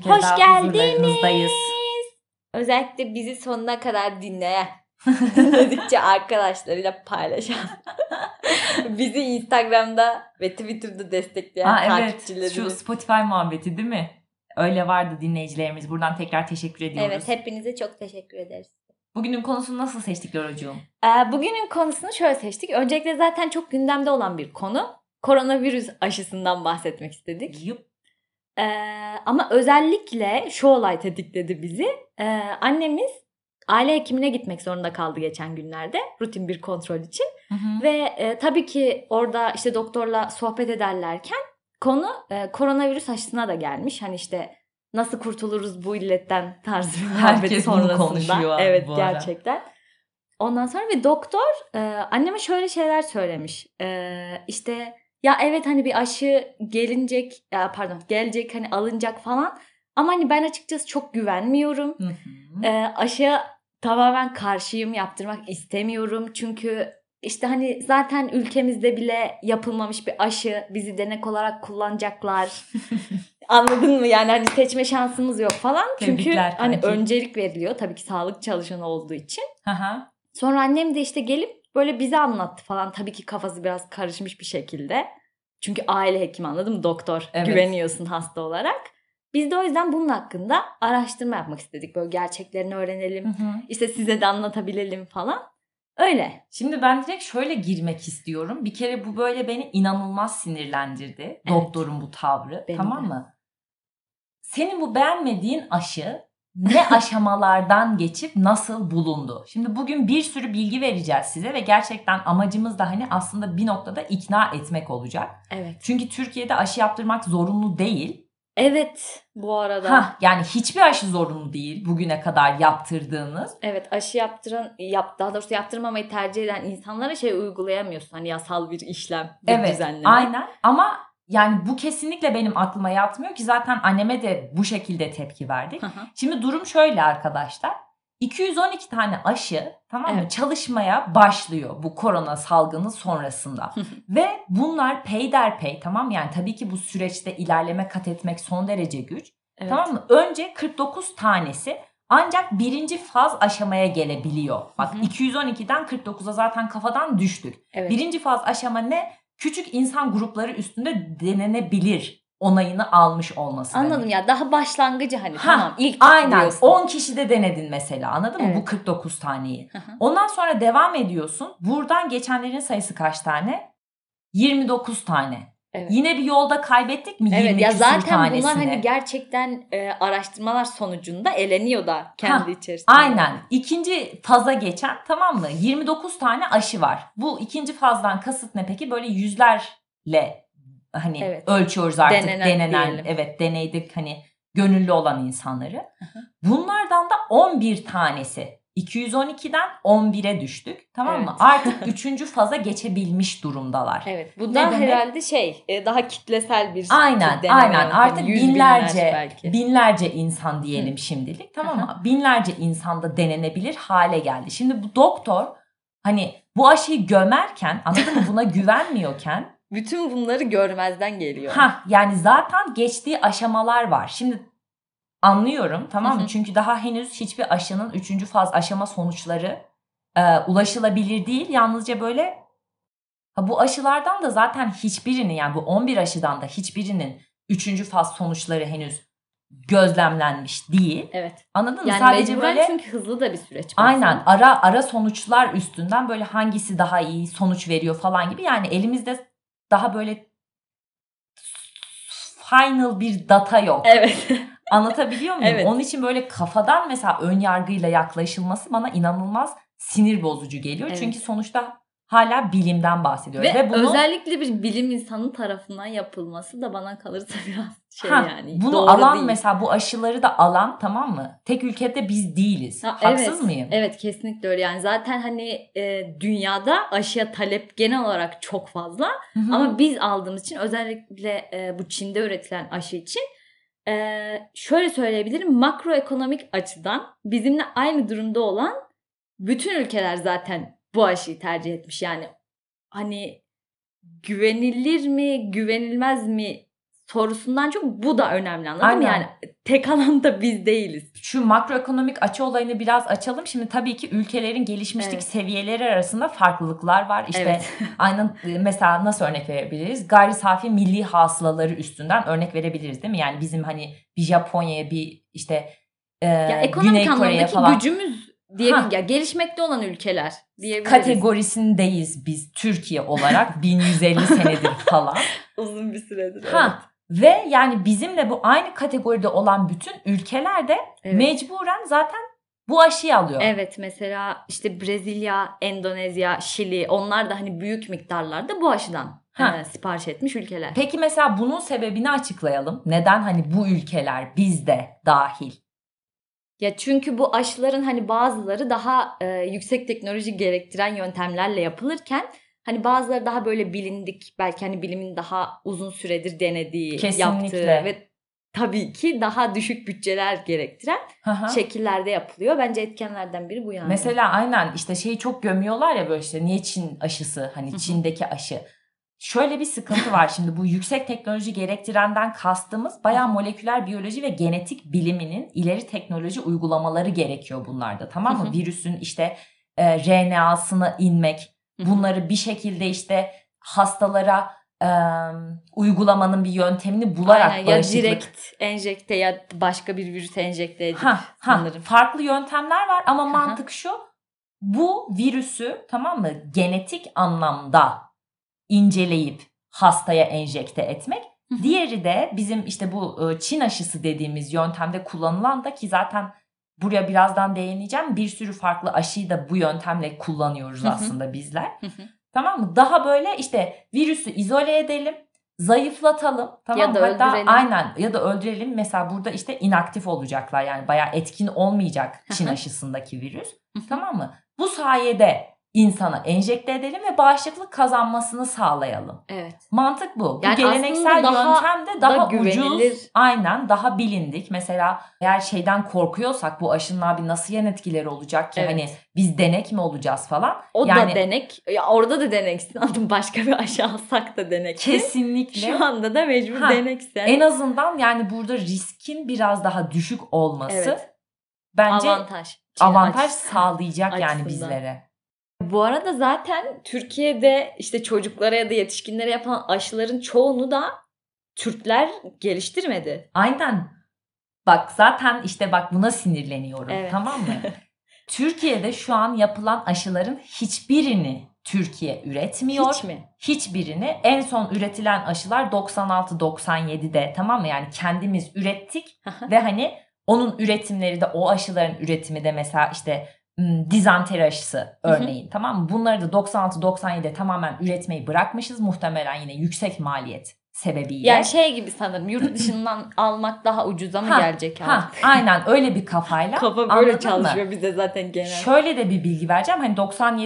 Hoş daha geldiniz. huzurlarınızdayız. Özellikle bizi sonuna kadar dinleyen, dinledikçe arkadaşlarıyla paylaşan, bizi Instagram'da ve Twitter'da destekleyen takipçilerimiz. Evet, şu Spotify muhabbeti değil mi? Öyle vardı dinleyicilerimiz. Buradan tekrar teşekkür ediyoruz. Evet, hepinize çok teşekkür ederiz. Bugünün konusunu nasıl seçtik Lorocuğum? Bugünün konusunu şöyle seçtik. Öncelikle zaten çok gündemde olan bir konu. Koronavirüs aşısından bahsetmek istedik. Yup. Ama özellikle şu olay tetikledi bizi. Annemiz aile hekimine gitmek zorunda kaldı geçen günlerde. Rutin bir kontrol için. Hı. Ve tabii ki orada işte doktorla sohbet ederlerken konu koronavirüs aşısına da gelmiş. Hani işte nasıl kurtuluruz bu illetten tarzı bir muhabbet Herkes sonrasında. bunu konuşuyor abi Evet, bu ara. gerçekten. Ondan sonra bir doktor anneme şöyle şeyler söylemiş. İşte ya evet hani bir aşı gelecek hani alınacak falan. Ama hani ben açıkçası çok güvenmiyorum. Aşıya tamamen karşıyım, yaptırmak istemiyorum. Çünkü işte hani zaten ülkemizde bile yapılmamış bir aşı, bizi denek olarak kullanacaklar. Anladın mı? Yani hani seçme şansımız yok falan. Çünkü Tebrikler hani kanki. öncelik veriliyor tabii ki sağlık çalışanı olduğu için. Aha. Sonra annem de işte gelip böyle bize anlattı falan. Tabii ki kafası biraz karışmış bir şekilde. Çünkü aile hekimi, anladın mı? Doktor. Evet. Güveniyorsun hasta olarak. Biz de o yüzden bunun hakkında araştırma yapmak istedik. Böyle gerçeklerini öğrenelim. Hı. İşte size de anlatabilelim falan. Öyle. Şimdi ben direkt şöyle girmek istiyorum. Bir kere bu böyle beni inanılmaz sinirlendirdi. Evet. Doktorun bu tavrı. Benim tamam de. mı? Senin bu beğenmediğin aşı ne aşamalardan geçip nasıl bulundu? Şimdi bugün bir sürü bilgi vereceğiz size ve gerçekten amacımız da hani aslında bir noktada ikna etmek olacak. Evet. Çünkü Türkiye'de aşı yaptırmak zorunlu değil. Evet, bu arada. Yani hiçbir aşı zorunlu değil bugüne kadar yaptırdığınız. Evet, aşı daha doğrusu yaptırmamayı tercih eden insanlara uygulayamıyorsun. Hani yasal bir işlem, bir düzenleme. Aynen, ama yani bu kesinlikle benim aklıma yatmıyor ki zaten anneme de bu şekilde tepki verdik. Şimdi durum şöyle arkadaşlar. 212 tane aşı, tamam mı, Evet. çalışmaya başlıyor bu korona salgını sonrasında. Ve bunlar peyderpey, tamam mı? Yani tabii ki bu süreçte ilerleme kat etmek son derece güç. Evet. Tamam mı? Önce 49 tanesi ancak birinci faz aşamaya gelebiliyor. Bak 212'den 49'a zaten kafadan düştük. Evet. Birinci faz aşama ne? Küçük insan grupları üstünde denenebilir onayını almış olması. Anladım demek. ya, daha başlangıcı hani tamam ilk Aynen diyorsun. 10 kişi de denedin mesela, anladın mı Evet. bu 49 taneyi. Ondan sonra devam ediyorsun. Buradan geçenlerin sayısı kaç tane? 29 tane. Evet. Yine bir yolda kaybettik mi 20 Evet ya, küsur zaten tanesini? bunlar hani gerçekten araştırmalar sonucunda eleniyor da kendi içerisinde. Aynen. İkinci faza geçen, tamam mı? 29 tane aşı var. Bu ikinci fazdan kasıt ne peki? Böyle yüzlerle hani Evet. ölçüyoruz artık Denenen diyelim. evet, deneydik hani gönüllü olan insanları. Bunlardan da 11 tanesi 212'den 11'e düştük. Tamam mı? Evet. Artık 3. faza geçebilmiş durumdalar. Evet. Bu Ne da demek? herhalde daha kitlesel bir Aynen. deneme yöntemi. Artık Belki. binlerce insan diyelim şimdilik, tamam mı? Binlerce insanda denenebilir hale geldi. Şimdi bu doktor hani bu aşıyı gömerken, anladın mı, buna güvenmiyorken bütün bunları görmezden geliyor. yani zaten geçtiği aşamalar var. Şimdi anlıyorum, tamam mı? Çünkü daha henüz hiçbir aşının 3. faz aşama sonuçları ulaşılabilir değil. Yalnızca böyle bu aşılardan da zaten hiçbirinin, yani bu 11 aşıdan da hiçbirinin 3. faz sonuçları henüz gözlemlenmiş değil. Evet. Anladın mı? Yani Sadece mecburen böyle çünkü hızlı da bir süreç. aynen ara sonuçlar üstünden böyle hangisi daha iyi sonuç veriyor falan gibi. Yani elimizde daha böyle final bir data yok. Evet. Anlatabiliyor muyum? Evet. Onun için böyle kafadan mesela ön yargıyla yaklaşılması bana inanılmaz sinir bozucu geliyor. Evet. Çünkü sonuçta hala bilimden bahsediyoruz. Ve bunu, özellikle bir bilim insanı tarafından yapılması da bana kalırsa biraz yani. Bunu doğru alan değil. mesela, bu aşıları da alan, tamam mı? Tek ülkede biz değiliz. Haksız mıyım? Evet, kesinlikle öyle. Yani zaten hani dünyada aşıya talep genel olarak çok fazla. Hı-hı. Ama biz aldığımız için, özellikle bu Çin'de üretilen aşı için şöyle söyleyebilirim. Makroekonomik açıdan bizimle aynı durumda olan bütün ülkeler zaten bu aşıyı tercih etmiş. Yani hani güvenilir mi, güvenilmez mi sorusundan çok bu da önemli, anladın mı? Aynen. Yani tek alanda biz değiliz. Şu makroekonomik açı olayını biraz açalım. Şimdi tabii ki ülkelerin gelişmişlik Evet. seviyeleri arasında farklılıklar var. İşte Evet. aynen, mesela nasıl örnek verebiliriz? Gayri safi milli hasılaları üstünden örnek verebiliriz değil mi? Yani bizim hani bir Japonya'ya, bir işte Ya ekonomik Güney Kore'ye anlamdaki falan gücümüz diyelim ya, gelişmekte olan ülkeler diyebiliriz. kategorisindeyiz biz Türkiye olarak 1150 senedir falan. Uzun bir süredir. Ve yani bizimle bu aynı kategoride olan bütün ülkeler de mecburen zaten bu aşıyı alıyor. Evet, mesela işte Brezilya, Endonezya, Şili, onlar da hani büyük miktarlarda bu aşıdan sipariş etmiş ülkeler. Peki mesela bunun sebebini açıklayalım. Neden hani bu ülkeler, biz de dahil? Ya çünkü bu aşıların hani bazıları daha yüksek teknoloji gerektiren yöntemlerle yapılırken hani bazıları daha böyle bilindik, belki hani bilimin daha uzun süredir denediği, yaptığı ve tabii ki daha düşük bütçeler gerektiren şekillerde yapılıyor. Bence etkenlerden biri bu yani. Mesela aynen işte şeyi çok gömüyorlar ya, böyle işte niye Çin aşısı, hani Çin'deki aşı. Şöyle bir sıkıntı var şimdi, bu yüksek teknoloji gerektirenden kastımız bayağı moleküler biyoloji ve genetik biliminin ileri teknoloji uygulamaları gerekiyor bunlarda, tamam mı? Virüsün işte RNA'sına inmek, bunları bir şekilde işte hastalara uygulamanın bir yöntemini bularak aynen, ya direkt enjekte ya başka bir virüs enjekte edip sanırım. Farklı yöntemler var ama mantık şu: bu virüsü, tamam mı, genetik anlamda inceleyip hastaya enjekte etmek. Diğeri de bizim işte bu Çin aşısı dediğimiz yöntemde kullanılan da, ki zaten buraya birazdan değineceğim, bir sürü farklı aşıyı da bu yöntemle kullanıyoruz aslında bizler. Tamam mı? Daha böyle işte virüsü izole edelim, zayıflatalım, tamam ya mı? da Hatta öldürelim. aynen, ya da öldürelim. Mesela burada işte inaktif olacaklar, yani bayağı etkin olmayacak Çin aşısındaki virüs. Tamam mı? Bu sayede insana enjekte edelim ve bağışıklık kazanmasını sağlayalım. Evet. Mantık bu. Yani bu geleneksel yöntem de daha güvenilir. ucuz, aynen, daha bilindik. Mesela eğer şeyden korkuyorsak, bu aşının abi nasıl yan etkileri olacak ki, hani biz denek mi olacağız falan. O da denek. Ya orada da deneksin. Adım başka bir aşı alsak da deneksin. Kesinlikle. Şu anda da mecbur deneksin. En azından yani burada riskin biraz daha düşük olması bence avantaj sağlayacak yani bizlere. Bu arada zaten Türkiye'de işte çocuklara ya da yetişkinlere yapılan aşıların çoğunu da Türkler geliştirmedi. Aynen. Bak zaten işte bak buna sinirleniyorum. Tamam mı? Türkiye'de şu an yapılan aşıların hiçbirini Türkiye üretmiyor. Hiç mi? Hiçbirini. En son üretilen aşılar 96-97'de, tamam mı? Yani kendimiz ürettik ve hani onun üretimleri de, o aşıların üretimi de mesela işte dizanteri aşısı örneğin, tamam mı? Bunları da 96-97'de tamamen üretmeyi bırakmışız. Muhtemelen yine yüksek maliyet sebebiyle. Yani şey gibi sanırım, yurt dışından almak daha ucuza mı gelecek artık? Aynen öyle bir kafayla. Kafa böyle çalışıyor bize zaten genel. Şöyle de bir bilgi vereceğim. Hani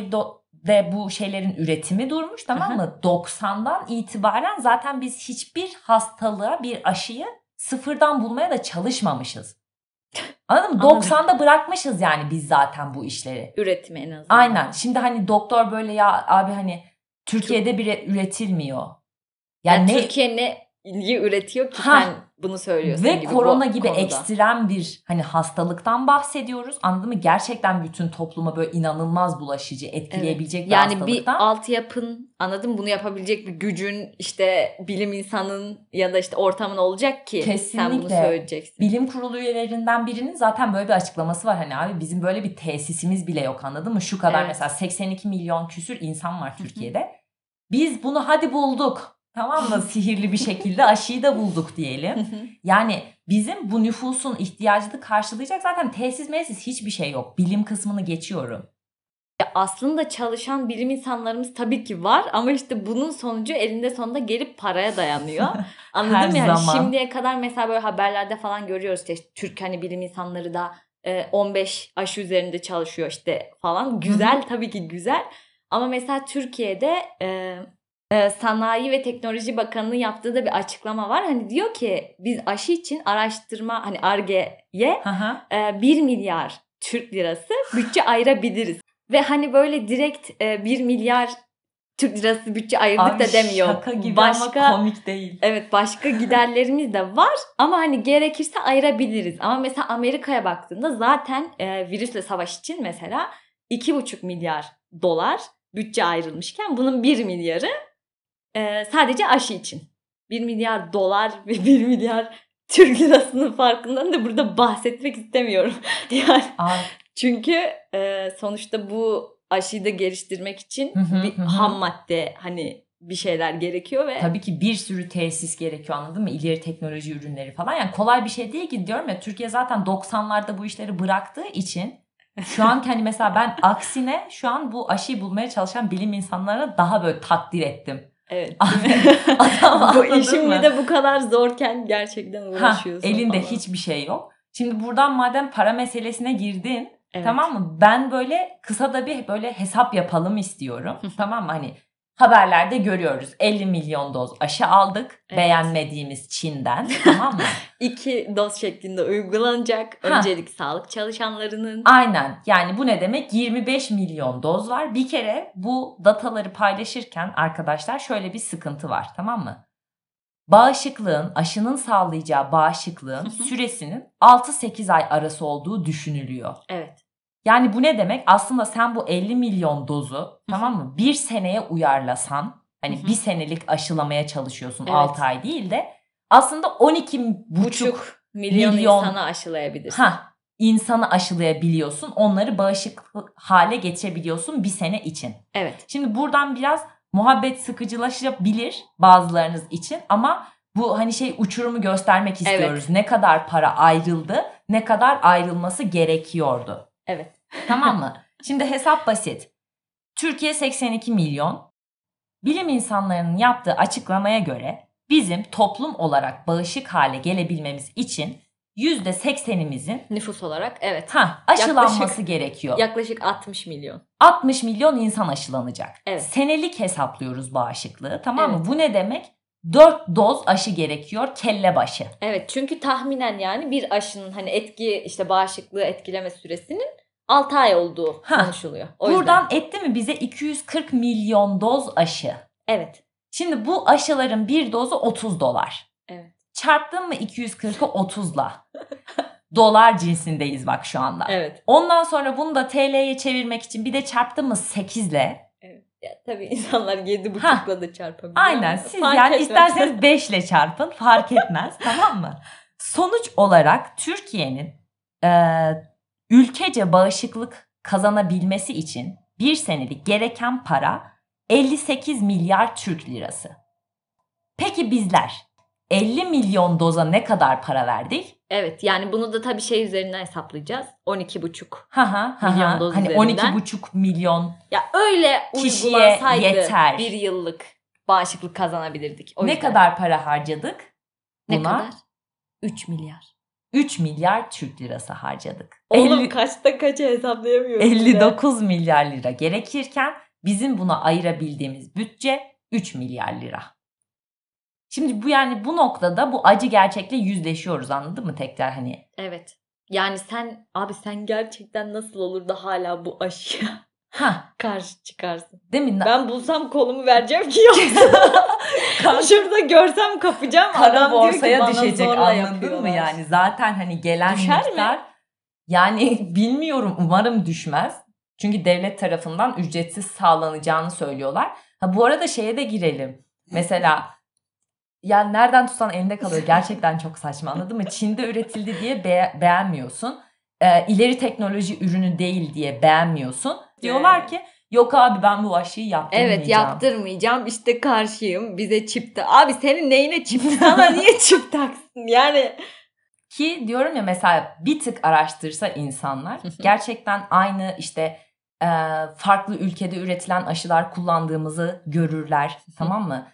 97'de bu şeylerin üretimi durmuş, tamam mı? 90'dan itibaren zaten biz hiçbir hastalığa bir aşıyı sıfırdan bulmaya da çalışmamışız. Anladın mı? 90'da bırakmışız yani biz zaten bu işleri. Üretimi en azından. Aynen. Şimdi hani doktor böyle, ya abi hani Türkiye'de bile üretilmiyor. Yani Türkiye neyi üretiyor ki sen bunu söylüyorsun ve gibi. Ve korona gibi ekstrem bir hani hastalıktan bahsediyoruz. Anladın mı? Gerçekten bütün topluma böyle inanılmaz bulaşıcı, etkileyebilecek bir hastalıktan. Yani bir altyapın, anladın mı? Bunu yapabilecek bir gücün, işte bilim insanın ya da işte ortamın olacak ki kesinlikle sen bunu söyleyeceksin. Bilim kurulu üyelerinden birinin zaten böyle bir açıklaması var. Hani abi bizim böyle bir tesisimiz bile yok, anladın mı? Şu kadar mesela 82 milyon küsür insan var Türkiye'de. Biz bunu hadi bulduk. Tamam mı? Sihirli bir şekilde aşıyı da bulduk diyelim. Yani bizim bu nüfusun ihtiyacını karşılayacak zaten tesis hiçbir şey yok. Bilim kısmını geçiyorum. Aslında çalışan bilim insanlarımız tabii ki var ama işte bunun sonucu elinde sonunda gelip paraya dayanıyor. Anladın mı? Yani şimdiye kadar mesela böyle haberlerde falan görüyoruz işte Türk hani bilim insanları da 15 aşı üzerinde çalışıyor işte falan. Güzel, tabii ki güzel. Ama mesela Türkiye'de Sanayi ve Teknoloji Bakanı'nın yaptığı da bir açıklama var. Hani diyor ki biz aşı için araştırma, hani Ar-Ge'ye 1 milyar Türk lirası bütçe ayırabiliriz. Ve hani böyle direkt 1 milyar Türk lirası bütçe ayırdık da demiyor. Şaka gibi ama komik değil. Evet, başka giderlerimiz de var ama hani gerekirse ayırabiliriz. Ama mesela Amerika'ya baktığında zaten virüsle savaş için mesela 2,5 milyar dolar bütçe ayrılmışken bunun 1 milyarı sadece aşı için. 1 milyar dolar ve 1 milyar Türk lirasının farkından da burada bahsetmek istemiyorum. Yani çünkü sonuçta bu aşıyı da geliştirmek için bir ham madde hani bir şeyler gerekiyor ve tabii ki bir sürü tesis gerekiyor, anladın mı? İleri teknoloji ürünleri falan. Yani kolay bir şey değil ki, diyorum ya, Türkiye zaten 90'larda bu işleri bıraktığı için şu an hani mesela ben aksine şu an bu aşıyı bulmaya çalışan bilim insanlarına daha böyle takdir ettim. Evet. Bu işin bir de bu kadar zorken gerçekten uğraşıyorsun. Elinde falan hiçbir şey yok. Şimdi buradan madem para meselesine girdin, tamam mı? Ben böyle kısa da bir böyle hesap yapalım istiyorum. Tamam mı? Hani haberlerde görüyoruz. 50 milyon doz aşı aldık. Evet. Beğenmediğimiz Çin'den. Tamam mı? 2 doz şeklinde uygulanacak. Öncelik sağlık çalışanlarının. Aynen. Yani bu ne demek? 25 milyon doz var. Bir kere bu dataları paylaşırken arkadaşlar şöyle bir sıkıntı var. Tamam mı? Bağışıklığın, aşının sağlayacağı bağışıklığın süresinin 6-8 ay arası olduğu düşünülüyor. Evet. Yani bu ne demek? Aslında sen bu 50 milyon dozu tamam mı? Bir seneye uyarlasan, hani bir senelik aşılamaya çalışıyorsun, evet. 6 ay değil de aslında 12,5 milyon insanı aşılayabilirsin. İnsanı aşılayabiliyorsun. Onları bağışıklı hale getirebiliyorsun bir sene için. Evet. Şimdi buradan biraz muhabbet sıkıcılaşabilir bazılarınız için ama bu hani uçurumu göstermek istiyoruz. Evet. Ne kadar para ayrıldı, ne kadar ayrılması gerekiyordu. Evet. Tamam mı? Şimdi hesap basit. Türkiye 82 milyon. Bilim insanlarının yaptığı açıklamaya göre bizim toplum olarak bağışık hale gelebilmemiz için %80'imizin nüfus olarak evet. Aşılanması gerekiyor. Yaklaşık 60 milyon. 60 milyon insan aşılanacak. Evet. Senelik hesaplıyoruz bağışıklığı, tamam mı? Bu ne demek? 4 doz aşı gerekiyor kelle başı. Evet, çünkü tahminen yani bir aşının hani bağışıklığı etkileme süresinin 6 ay olduğu konuşuluyor. Buradan etti mi bize 240 milyon doz aşı. Evet. Şimdi bu aşıların bir dozu $30. Evet. Çarptın mı 240'ı 30'la? Dolar cinsindeyiz bak şu anda. Evet. Ondan sonra bunu da TL'ye çevirmek için bir de çarptın mı 8'le? Evet. Ya, tabii insanlar 7,5'la da çarpabiliyor. Aynen. Siz yani isterseniz 5'le çarpın, fark etmez. Tamam mı? Sonuç olarak Türkiye'nin ülkece bağışıklık kazanabilmesi için bir senelik gereken para 58 milyar Türk lirası. Peki bizler 50 milyon doza ne kadar para verdik? Evet, yani bunu da tabii üzerinden hesaplayacağız. 12,5 milyon doz hani üzerinden. 12,5 milyon ya öyle uygulansaydı yeter. Bir yıllık bağışıklık kazanabilirdik. O ne kadar para harcadık? Ne kadar? 3 milyar. 3 milyar Türk lirası harcadık. Oğlum kaçta kaça hesaplayamıyorum. 59 milyar lira gerekirken bizim buna ayırabildiğimiz bütçe 3 milyar lira. Şimdi bu noktada bu acı gerçekle yüzleşiyoruz, anladın mı tekrar hani? Evet. Yani sen gerçekten nasıl olur da hala bu aşıya karşı çıkarsın. Değil mi? Ben bulsam kolumu vereceğim ki yoksa. Şurada görsem kapacağım. Kara borsaya düşecek, anladın mı yani? Zaten hani gelen miktar. Yani bilmiyorum, umarım düşmez. Çünkü devlet tarafından ücretsiz sağlanacağını söylüyorlar. Bu arada şeye de girelim. Mesela yani nereden tutsan elinde kalıyor. Gerçekten çok saçma, anladın mı? Çin'de üretildi diye beğenmiyorsun. İleri teknoloji ürünü değil diye beğenmiyorsun. Diyorlar ki yok abi ben bu aşıyı yaptırmayacağım. Evet, yaptırmayacağım. İşte karşıyım. Bize çip de. Abi senin neyine çip? Sana niye çip taksın? Yani ki diyorum ya, mesela bir tık araştırsa insanlar gerçekten aynı farklı ülkede üretilen aşılar kullandığımızı görürler. Tamam mı?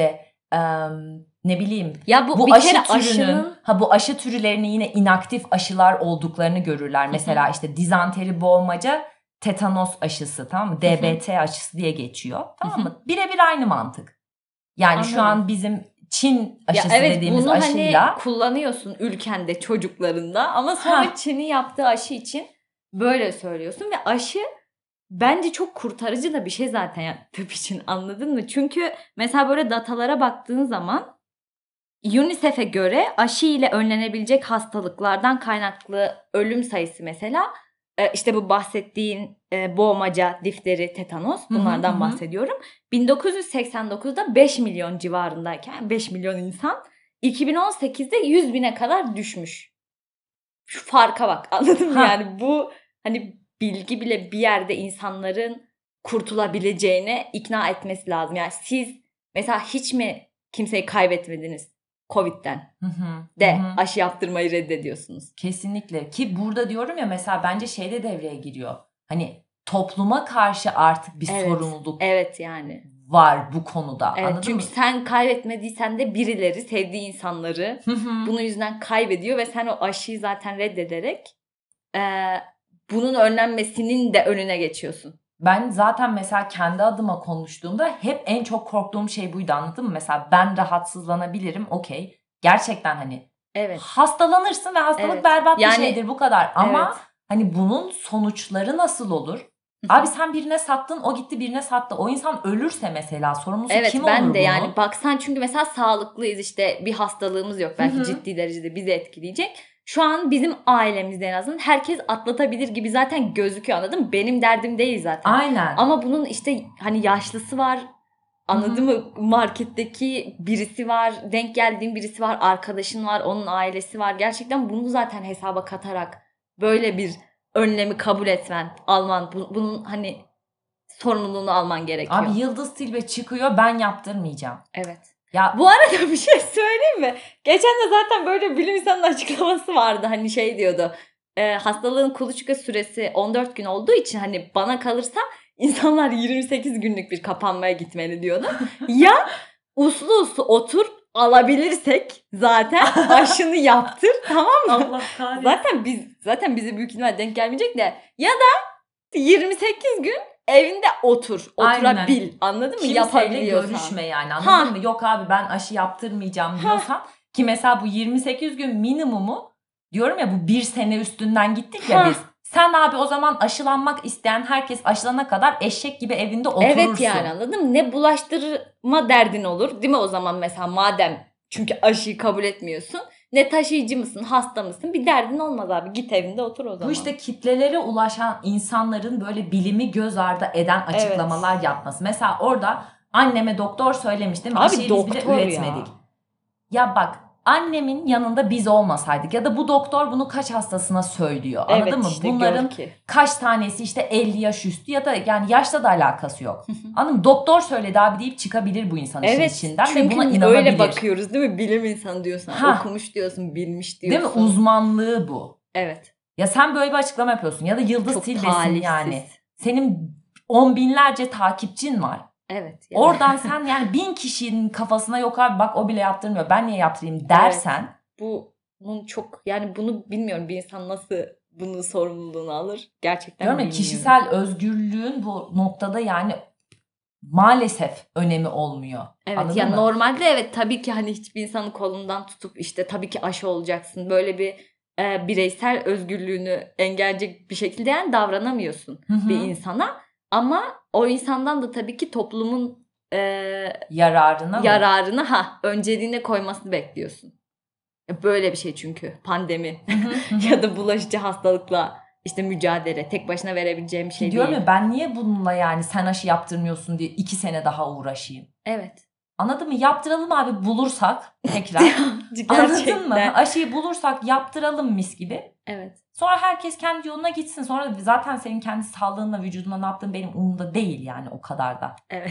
Ne bileyim. Ya bu aşı türünün bu aşı türlerinin yine inaktif aşılar olduklarını görürler. Mesela dizanteri, boğmaca, tetanos aşısı, tamam mı? DBT aşısı diye geçiyor. Tamam mı? Birebir aynı mantık. Yani anladım. Şu an bizim Çin aşısı dediğimiz aşıyla hani kullanıyorsun ülkende, çocuklarında ama sonra Çin'in yaptığı aşı için böyle söylüyorsun ve aşı bence çok kurtarıcı da bir şey zaten yani tıp için, anladın mı? Çünkü mesela böyle datalara baktığın zaman UNICEF'e göre aşı ile önlenebilecek hastalıklardan kaynaklı ölüm sayısı mesela işte bu bahsettiğin boğmaca, difteri, tetanos, bunlardan bahsediyorum. 1989'da 5 milyon civarındayken 5 milyon insan 2018'de 100 bine kadar düşmüş. Şu farka bak, anladın mı? Yani bu hani bilgi bile bir yerde insanların kurtulabileceğine ikna etmesi lazım. Yani siz mesela hiç mi kimseyi kaybetmediniz Covid'den de aşı yaptırmayı reddediyorsunuz? Kesinlikle. Ki burada diyorum ya, mesela bence şey de devreye giriyor. Hani topluma karşı artık bir sorumluluk yani var bu konuda. Evet, anladın çünkü mı? sen kaybetmediysen de birileri sevdiği insanları bunun yüzünden kaybediyor ve sen o aşıyı zaten reddederek bunun önlenmesinin de önüne geçiyorsun. Ben zaten mesela kendi adıma konuştuğumda hep en çok korktuğum şey buydu, anladın mı? Mesela ben rahatsızlanabilirim, okey. Gerçekten hani hastalanırsın ve hastalık berbat bir şeydir, bu kadar. Ama hani bunun sonuçları nasıl olur? Abi sen birine sattın, o gitti birine sattı. O insan ölürse mesela sorumlusu kim olur bunu? Evet, ben de yani baksan, çünkü mesela sağlıklıyız, işte bir hastalığımız yok belki ciddi derecede bizi etkileyecek. Şu an bizim ailemizde en azından herkes atlatabilir gibi zaten gözüküyor, anladın mı? Benim derdim değil zaten. Aynen. Ama bunun işte hani yaşlısı var, anladın mı? Marketteki birisi var, denk geldiğin birisi var, arkadaşın var, onun ailesi var. Gerçekten bunu zaten hesaba katarak böyle bir önlemi kabul etmen, alman, bunun hani sorumluluğunu alman gerekiyor. Abi Yıldız Tilbe çıkıyor, ben yaptırmayacağım. Evet. Ya bu arada bir şey söyleyeyim mi? Geçen de zaten böyle bilim insanının açıklaması vardı. Hani şey diyordu. Hastalığın kuluçka süresi 14 gün olduğu için hani bana kalırsa insanlar 28 günlük bir kapanmaya gitmeli diyordu. Ya uslu uslu otur, alabilirsek zaten aşını yaptır, tamam mı? Allah kahretsin. Zaten bize büyük ihtimal denk gelmeyecek de, ya da 28 gün evinde oturabil. Anladın mı? Kimseyle görüşme yani, anladın mı? Yok abi ben aşı yaptırmayacağım diyorsan, ki mesela bu 28 gün minimumu diyorum ya, bu bir sene üstünden gittik ya biz. Sen abi o zaman aşılanmak isteyen herkes aşılana kadar eşek gibi evinde oturursun. Evet yani, anladın mı? Ne bulaştırma derdin olur değil mi o zaman mesela, madem çünkü aşıyı kabul etmiyorsun. Ne taşıyıcı mısın, hasta mısın, bir derdin olmaz abi, git evinde otur o zaman. Bu işte kitlelere ulaşan insanların böyle bilimi göz ardı eden açıklamalar yapması. Mesela orada anneme doktor söylemiş değil mi? Abi aşıyı biz bile üretmedik. Ya bak, annemin yanında biz olmasaydık ya da bu doktor bunu kaç hastasına söylüyor, anladın mı? Işte bunların kaç tanesi işte 50 yaş üstü ya da yani yaşla da alakası yok. Anladın mı? Doktor söyledi abi deyip çıkabilir bu insan işin içinden ve buna inanabilir. Öyle bakıyoruz değil mi? Bilim insanı diyorsun, okumuş diyorsun, bilmiş diyorsun. Değil mi? Uzmanlığı bu. Evet. Ya sen böyle bir açıklama yapıyorsun ya da Yıldız Tilbe'sin yani. Senin on binlerce takipçin var. Evet. Yani. Oradan sen yani 1000 kişinin kafasına yok abi bak o bile yaptırmıyor, ben niye yaptırayım dersen. Evet. Bunun çok, yani bunu bilmiyorum, bir insan nasıl bunun sorumluluğunu alır gerçekten diyorum bilmiyorum. Kişisel özgürlüğün bu noktada yani maalesef önemi olmuyor. Evet. Anladın yani mı? Normalde tabii ki hani hiçbir insanın kolundan tutup işte tabii ki aşı olacaksın, böyle bir bireysel özgürlüğünü engelleyecek bir şekilde yani davranamıyorsun bir insana. Ama o insandan da tabii ki toplumun yararını önceliğine koymasını bekliyorsun. Böyle bir şey çünkü pandemi ya da bulaşıcı hastalıkla işte mücadele tek başına verebileceğim bir şey diyorum değil. Ya ben niye bununla yani sen aşı yaptırmıyorsun diye 2 sene daha uğraşayım? Evet. Anladın mı? Yaptıralım abi, bulursak tekrar. Anladın mı? Aşıyı bulursak yaptıralım mis gibi. Evet. Sonra herkes kendi yoluna gitsin. Sonra zaten senin kendi sağlığınla, vücuduna ne yaptığın benim umurumda değil yani, o kadar da. Evet.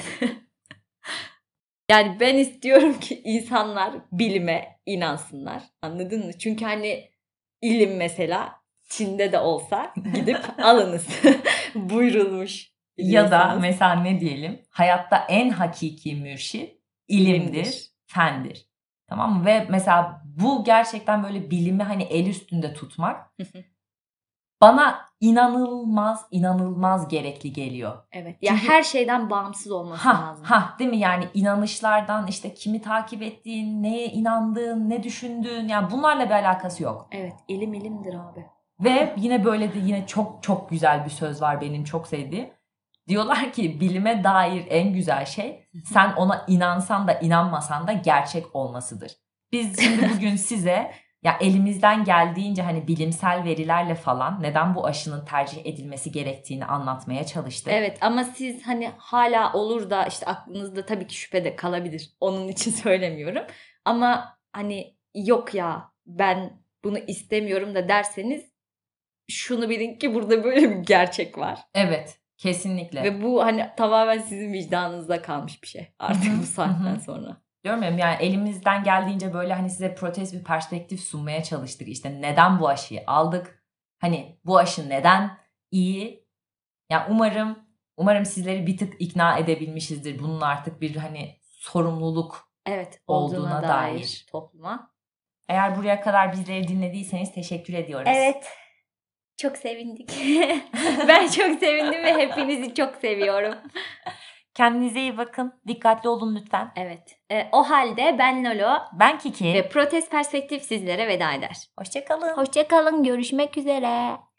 Yani ben istiyorum ki insanlar bilime inansınlar. Anladın mı? Çünkü hani ilim mesela Çin'de de olsa gidip alınız. Buyurulmuş. Ya da mesela ne diyelim? Hayatta en hakiki mürşit ilimdir, fendir. Tamam mı? Ve mesela bu gerçekten böyle bilimi hani el üstünde tutmak bana inanılmaz gerekli geliyor. Evet. Ya her şeyden bağımsız olması lazım. Değil mi? Yani inanışlardan, işte kimi takip ettiğin, neye inandığın, ne düşündüğün, yani bunlarla bir alakası yok. Evet. İlim ilimdir abi. Ve yine böyle de yine çok çok güzel bir söz var benim çok sevdiğim. Diyorlar ki bilime dair en güzel şey sen ona inansan da inanmasan da gerçek olmasıdır. Biz şimdi bugün size ya elimizden geldiğince hani bilimsel verilerle falan neden bu aşının tercih edilmesi gerektiğini anlatmaya çalıştık. Evet ama siz hani hala olur da işte aklınızda tabii ki şüphe de kalabilir. Onun için söylemiyorum. Ama hani yok ya ben bunu istemiyorum da derseniz şunu bilin ki burada böyle bir gerçek var. Evet, kesinlikle. Ve bu hani tamamen sizin vicdanınızda kalmış bir şey artık bu saatten sonra. Diyorum ya yani elimizden geldiğince böyle hani size protez bir perspektif sunmaya çalıştık. İşte neden bu aşıyı aldık? Hani bu aşı neden iyi? Yani umarım sizleri bir tık ikna edebilmişizdir. Bunun artık bir hani sorumluluk olduğuna dair topluma. Eğer buraya kadar bizleri dinlediyseniz teşekkür ediyoruz. Evet. Çok sevindik. Ben çok sevindim ve hepinizi çok seviyorum. Kendinize iyi bakın. Dikkatli olun lütfen. Evet. O halde ben Lolo. Ben Kiki. Ve Protez Perspektif sizlere veda eder. Hoşça kalın. Hoşça kalın. Görüşmek üzere.